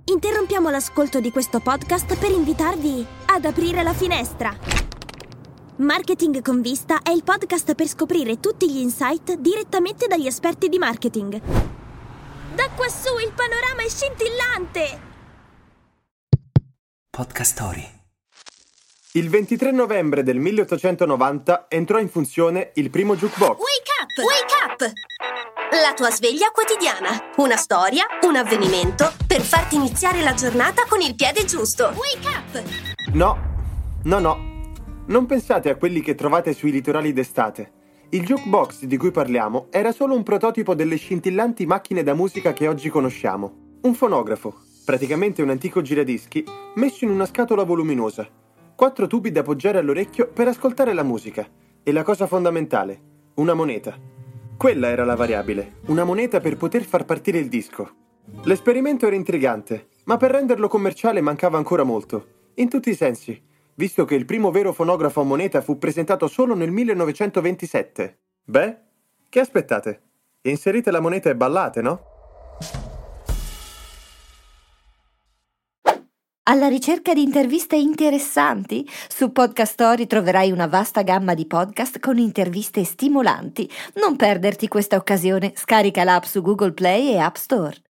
Interrompiamo l'ascolto di questo podcast per invitarvi ad aprire la finestra. Marketing con Vista è il podcast per scoprire tutti gli insight direttamente dagli esperti di marketing. Da quassù il panorama è scintillante! Podcast Story. Il 23 novembre del 1890 entrò in funzione il primo jukebox. Wake up! La tua sveglia quotidiana. Una storia, un avvenimento per farti iniziare la giornata con il piede giusto. Wake up! No. Non pensate a quelli che trovate sui litorali d'estate. Il jukebox di cui parliamo era solo un prototipo delle scintillanti macchine da musica che oggi conosciamo. Un fonografo, praticamente un antico giradischi, messo in una scatola voluminosa. 4 tubi da appoggiare all'orecchio per ascoltare la musica. E la cosa fondamentale, una moneta. Quella era la variabile, una moneta per poter far partire il disco. L'esperimento era intrigante, ma per renderlo commerciale mancava ancora molto, in tutti i sensi, visto che il primo vero fonografo a moneta fu presentato solo nel 1927. Beh, che aspettate? Inserite la moneta e ballate, no? Alla ricerca di interviste interessanti? Su Podcast Story troverai una vasta gamma di podcast con interviste stimolanti. Non perderti questa occasione. Scarica l'app su Google Play e App Store.